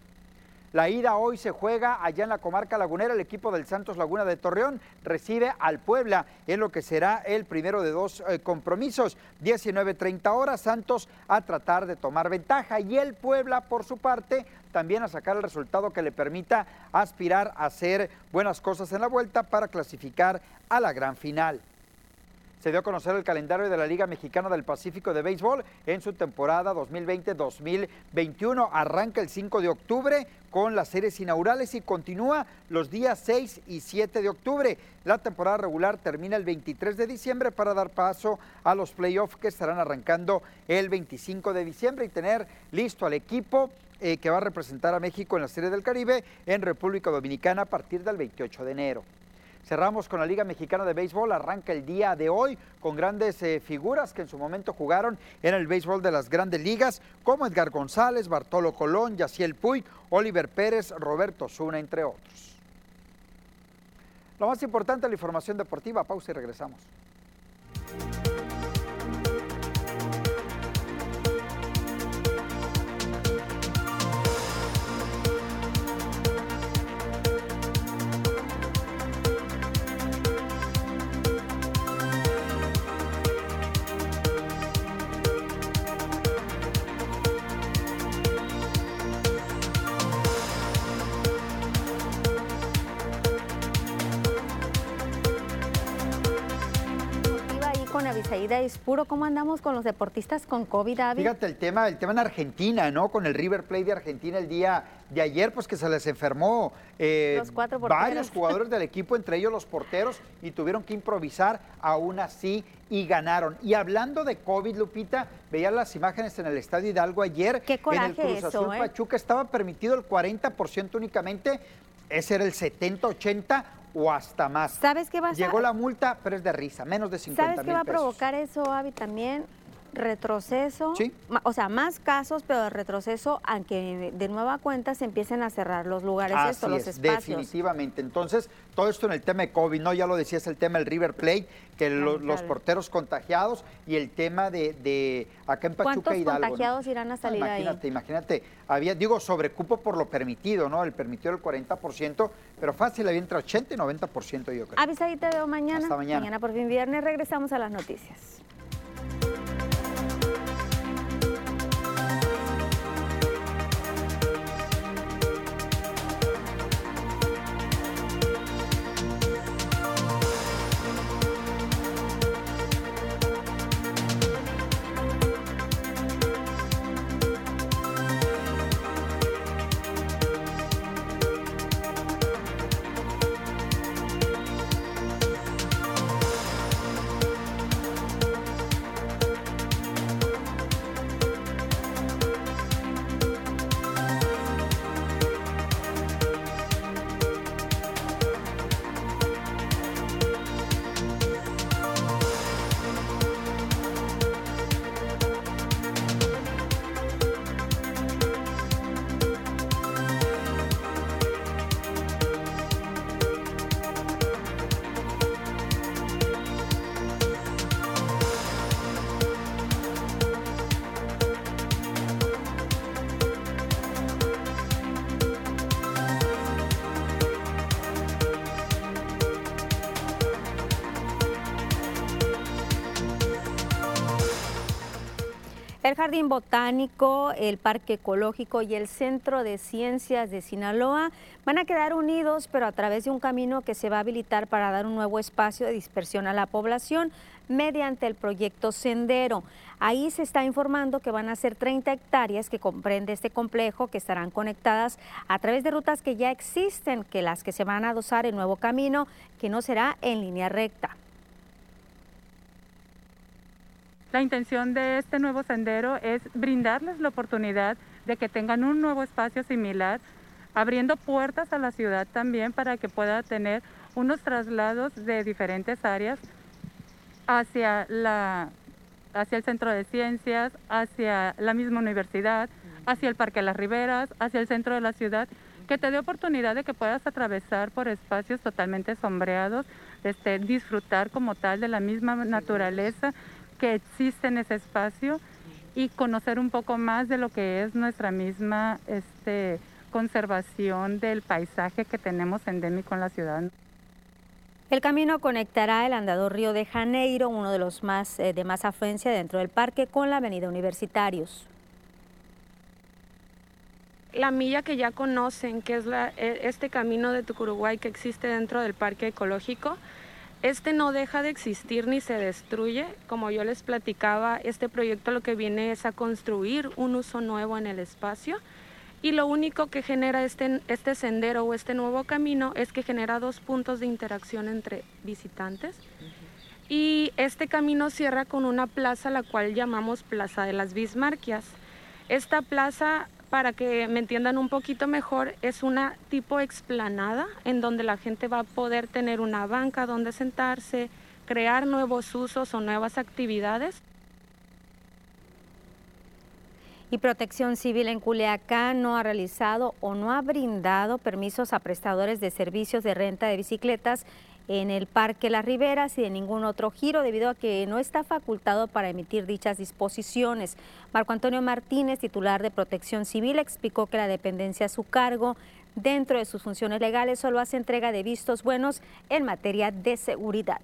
La ida hoy se juega allá en la comarca lagunera. El equipo del Santos Laguna de Torreón recibe al Puebla en lo que será el primero de dos eh, compromisos. diecinueve treinta horas, Santos a tratar de tomar ventaja y el Puebla, por su parte, también a sacar el resultado que le permita aspirar a hacer buenas cosas en la vuelta para clasificar a la gran final. Se dio a conocer el calendario de la Liga Mexicana del Pacífico de Béisbol en su temporada dos mil veinte dos mil veintiuno. Arranca el cinco de octubre con las series inaugurales y continúa los días seis y siete de octubre. La temporada regular termina el veintitrés de diciembre para dar paso a los playoffs que estarán arrancando el veinticinco de diciembre y tener listo al equipo eh, que va a representar a México en la Serie del Caribe en República Dominicana a partir del veintiocho de enero. Cerramos con la Liga Mexicana de Béisbol, arranca el día de hoy con grandes eh, figuras que en su momento jugaron en el béisbol de las grandes ligas, como Edgar González, Bartolo Colón, Yaciel Puig, Oliver Pérez, Roberto Osuna, entre otros. Lo más importante, la información deportiva, pausa y regresamos. Avisaída Ispuro, ¿cómo andamos con los deportistas con COVID, Avi? Fíjate el tema, el tema en Argentina, ¿no? Con el River Plate de Argentina el día de ayer, pues que se les enfermó eh, los cuatro varios jugadores del equipo, entre ellos los porteros, y tuvieron que improvisar, aún así, y ganaron. Y hablando de COVID, Lupita, veía las imágenes en el Estadio Hidalgo ayer. Qué coraje en el Cruz eso, Azul ¿eh? Pachuca estaba permitido el cuarenta por ciento únicamente, ese era el setenta ochenta o hasta más. ¿Sabes qué va a Llegó la multa, pero es de risa, menos de cincuenta mil ¿Sabes qué va a pesos. provocar eso, Avi? También retroceso, ¿Sí? o sea, más casos, pero retroceso, aunque de nueva cuenta se empiecen a cerrar los lugares, Así esto, los es, espacios. definitivamente. Entonces, todo esto en el tema de COVID, ¿no? Ya lo decías, el tema del River Plate, que lo, los porteros contagiados y el tema de, de acá en Pachuca ¿Cuántos Hidalgo, contagiados ¿no? irán a salir imagínate, ahí? Imagínate, había, digo, sobrecupo por lo permitido, ¿no? El permitido el cuarenta por ciento, pero fácil, había entre ochenta y noventa por ciento, yo creo. Avisadí, te veo mañana. Hasta mañana. Mañana por fin viernes, regresamos a las noticias. El Jardín Botánico, el Parque Ecológico y el Centro de Ciencias de Sinaloa van a quedar unidos, pero a través de un camino que se va a habilitar para dar un nuevo espacio de dispersión a la población mediante el proyecto Sendero. Ahí se está informando que van a ser treinta hectáreas que comprende este complejo, que estarán conectadas a través de rutas que ya existen, que las que se van a adosar el nuevo camino, que no será en línea recta. La intención de este nuevo sendero es brindarles la oportunidad de que tengan un nuevo espacio similar, abriendo puertas a la ciudad también para que pueda tener unos traslados de diferentes áreas hacia, la, hacia el Centro de Ciencias, hacia la misma universidad, hacia el Parque Las Riberas, hacia el centro de la ciudad, que te dé oportunidad de que puedas atravesar por espacios totalmente sombreados, este, disfrutar como tal de la misma naturaleza que existe en ese espacio y conocer un poco más de lo que es nuestra misma este, conservación del paisaje que tenemos endémico en la ciudad. El camino conectará el Andador Río de Janeiro, uno de los más eh, de más afluencia dentro del parque, con la avenida Universitarios. La milla que ya conocen, que es la, este camino de Tucuruguay que existe dentro del parque ecológico, este no deja de existir ni se destruye. Como yo les platicaba, este proyecto lo que viene es a construir un uso nuevo en el espacio y lo único que genera este, este sendero o este nuevo camino es que genera dos puntos de interacción entre visitantes. Y este camino cierra con una plaza la cual llamamos Plaza de las Bismarquias. Esta plaza, para que me entiendan un poquito mejor, es una tipo explanada en donde la gente va a poder tener una banca donde sentarse, crear nuevos usos o nuevas actividades. Y Protección Civil en Culiacán no ha realizado o no ha brindado permisos a prestadores de servicios de renta de bicicletas en el Parque Las Riberas y de ningún otro giro, debido a que no está facultado para emitir dichas disposiciones. Marco Antonio Martínez, titular de Protección Civil, explicó que la dependencia a su cargo, dentro de sus funciones legales, solo hace entrega de vistos buenos en materia de seguridad.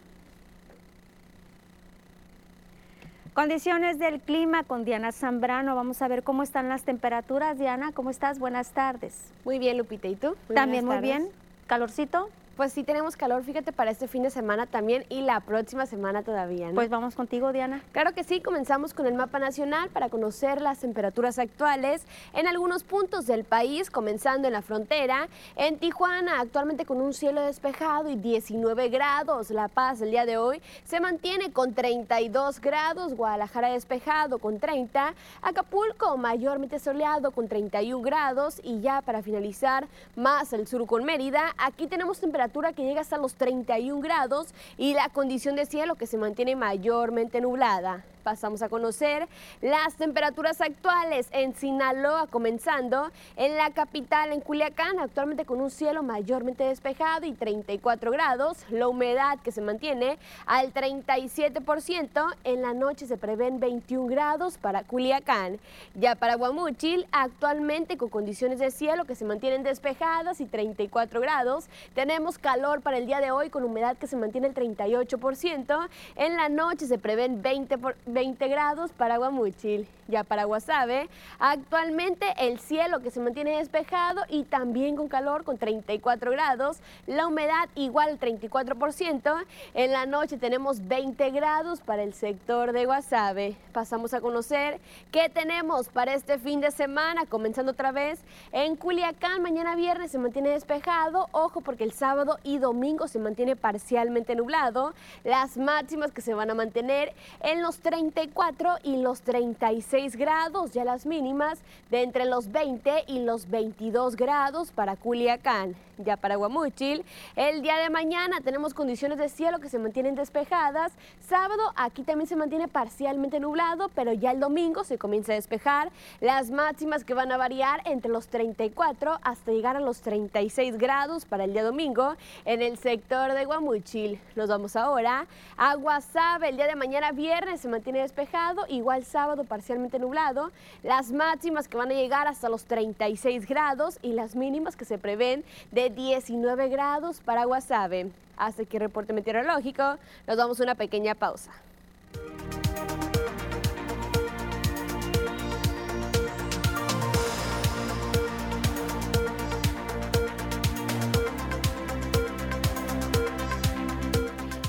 Condiciones del clima con Diana Zambrano. Vamos a ver cómo están las temperaturas. Diana, ¿cómo estás? Buenas tardes. Muy bien, Lupita. ¿Y tú? Muy También muy bien. ¿Calorcito? Pues sí tenemos calor, fíjate, para este fin de semana también y la próxima semana todavía, ¿no? Pues vamos contigo, Diana. Claro que sí, comenzamos con el mapa nacional para conocer las temperaturas actuales en algunos puntos del país, comenzando en la frontera. En Tijuana, actualmente con un cielo despejado y diecinueve grados. La Paz, el día de hoy, se mantiene con treinta y dos grados. Guadalajara despejado con treinta. Acapulco, mayormente soleado con treinta y un grados. Y ya para finalizar, más al sur con Mérida, aquí tenemos temperaturas que llega hasta los treinta y un grados y la condición de cielo que se mantiene mayormente nublada. Pasamos a conocer las temperaturas actuales en Sinaloa, comenzando en la capital, en Culiacán, actualmente con un cielo mayormente despejado y treinta y cuatro grados. La humedad que se mantiene al treinta y siete por ciento. En la noche se prevén veintiún grados para Culiacán. Ya para Guamúchil, actualmente con condiciones de cielo que se mantienen despejadas y treinta y cuatro grados. Tenemos calor para el día de hoy con humedad que se mantiene el treinta y ocho por ciento. En la noche se prevén veinte por ciento. veinte grados para Guamúchil. Ya para Guasave, actualmente el cielo que se mantiene despejado y también con calor con treinta y cuatro grados, la humedad igual al treinta y cuatro por ciento. En la noche tenemos veinte grados para el sector de Guasave. Pasamos a conocer qué tenemos para este fin de semana, comenzando otra vez en Culiacán. Mañana viernes se mantiene despejado, ojo porque el sábado y domingo se mantiene parcialmente nublado. Las máximas que se van a mantener en los treinta y cuatro y los treinta y seis grados, ya las mínimas de entre los veinte y los veintidós grados para Culiacán. Ya para Guamúchil, el día de mañana tenemos condiciones de cielo que se mantienen despejadas. Sábado aquí también se mantiene parcialmente nublado, pero ya el domingo se comienza a despejar. Las máximas que van a variar entre los treinta y cuatro hasta llegar a los treinta y seis grados para el día domingo en el sector de Guamúchil. Nos vamos ahora a Guasave. El día de mañana viernes se mantiene despejado, igual sábado parcialmente nublado. Las máximas que van a llegar hasta los treinta y seis grados y las mínimas que se prevén de diecinueve grados para Guasave. Hasta aquí el reporte meteorológico. Nos damos una pequeña pausa.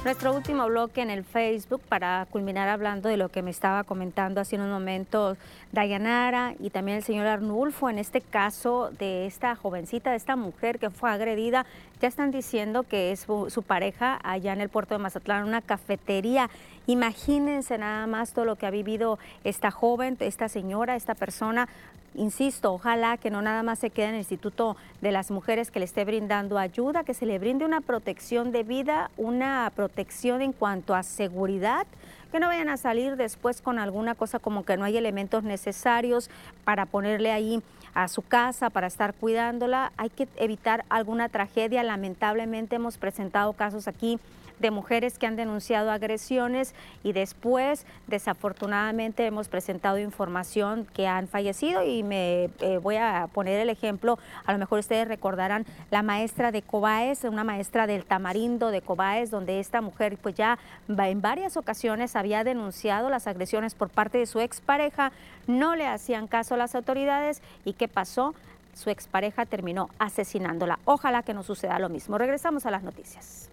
Nuestro último bloque en el Facebook para culminar hablando de lo que me estaba comentando hace unos momentos Dayanara y también el señor Arnulfo, en este caso de esta jovencita, de esta mujer que fue agredida. Ya están diciendo que es su, su pareja allá en el puerto de Mazatlán, una cafetería. Imagínense nada más todo lo que ha vivido esta joven, esta señora, esta persona. Insisto, ojalá que no nada más se quede en el Instituto de las Mujeres, que le esté brindando ayuda, que se le brinde una protección de vida, una protección en cuanto a seguridad, que no vayan a salir después con alguna cosa como que no hay elementos necesarios para ponerle ahí a su casa, para estar cuidándola. Hay que evitar alguna tragedia. Lamentablemente hemos presentado casos aquí de mujeres que han denunciado agresiones y después, desafortunadamente, hemos presentado información que han fallecido y me eh, voy a poner el ejemplo, a lo mejor ustedes recordarán la maestra de Cobaes, una maestra del Tamarindo de Cobaes, donde esta mujer pues ya en varias ocasiones había denunciado las agresiones por parte de su expareja, no le hacían caso a las autoridades y ¿qué pasó? Su expareja terminó asesinándola. Ojalá que no suceda lo mismo. Regresamos a las noticias.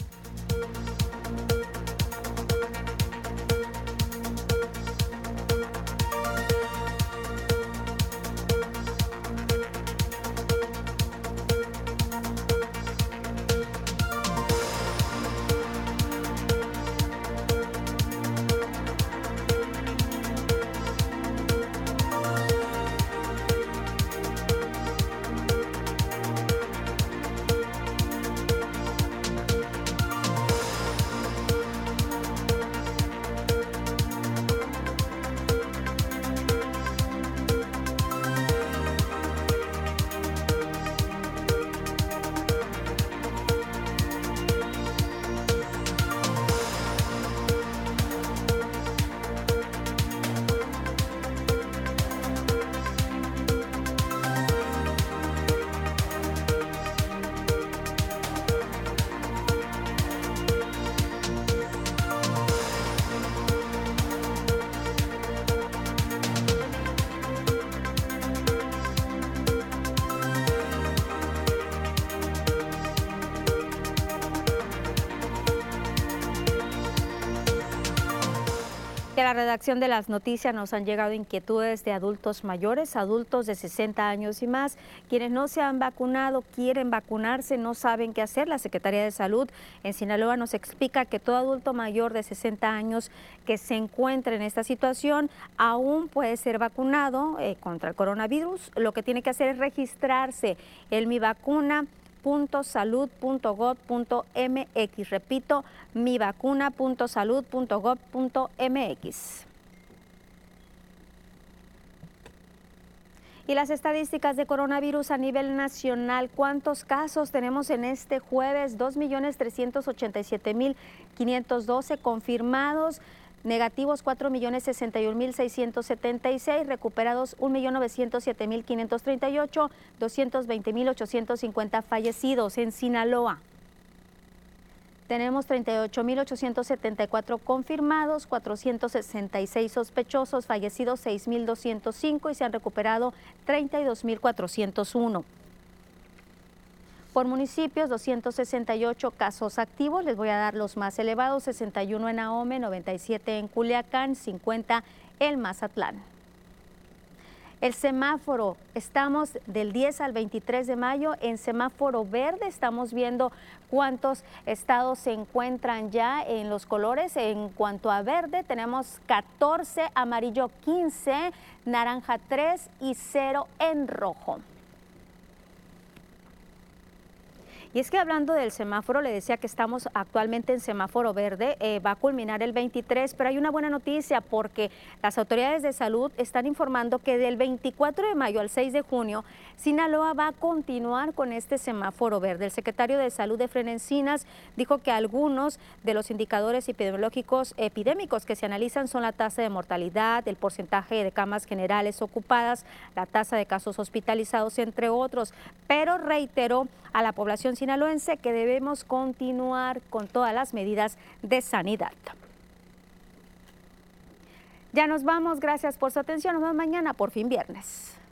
Que a la redacción de las noticias nos han llegado inquietudes de adultos mayores, adultos de sesenta años y más, quienes no se han vacunado, quieren vacunarse, no saben qué hacer. La Secretaría de Salud en Sinaloa nos explica que todo adulto mayor de sesenta años que se encuentre en esta situación aún puede ser vacunado eh, contra el coronavirus. Lo que tiene que hacer es registrarse en mi vacuna punto salud punto gov punto mx. Repito, mi vacuna punto salud punto gov punto mx. Y las estadísticas de coronavirus a nivel nacional, ¿cuántos casos tenemos en este jueves? dos millones trescientos ochenta y siete mil quinientos doce confirmados, negativos cuatro millones sesenta y un mil seiscientos setenta y seis, recuperados un millón novecientos siete mil quinientos treinta y ocho, doscientos veinte mil ochocientos cincuenta fallecidos en Sinaloa. Tenemos treinta y ocho mil ochocientos setenta y cuatro confirmados, cuatrocientos sesenta y seis sospechosos, fallecidos seis mil doscientos cinco y se han recuperado treinta y dos mil cuatrocientos uno. Por municipios, doscientos sesenta y ocho casos activos, les voy a dar los más elevados, sesenta y uno en Ahome, noventa y siete en Culiacán, cincuenta en Mazatlán. El semáforo, estamos del diez al veintitrés de mayo en semáforo verde, estamos viendo cuántos estados se encuentran ya en los colores. En cuanto a verde, tenemos catorce, amarillo quince, naranja tres y cero en rojo. Y es que hablando del semáforo, le decía que estamos actualmente en semáforo verde, eh, va a culminar el veintitrés, pero hay una buena noticia porque las autoridades de salud están informando que del veinticuatro de mayo al seis de junio, Sinaloa va a continuar con este semáforo verde. El secretario de Salud, Efraín Encinas, dijo que algunos de los indicadores epidemiológicos epidémicos que se analizan son la tasa de mortalidad, el porcentaje de camas generales ocupadas, la tasa de casos hospitalizados, entre otros, pero reiteró a la población sinaloense que debemos continuar con todas las medidas de sanidad. Ya nos vamos, gracias por su atención, nos vemos mañana, por fin viernes.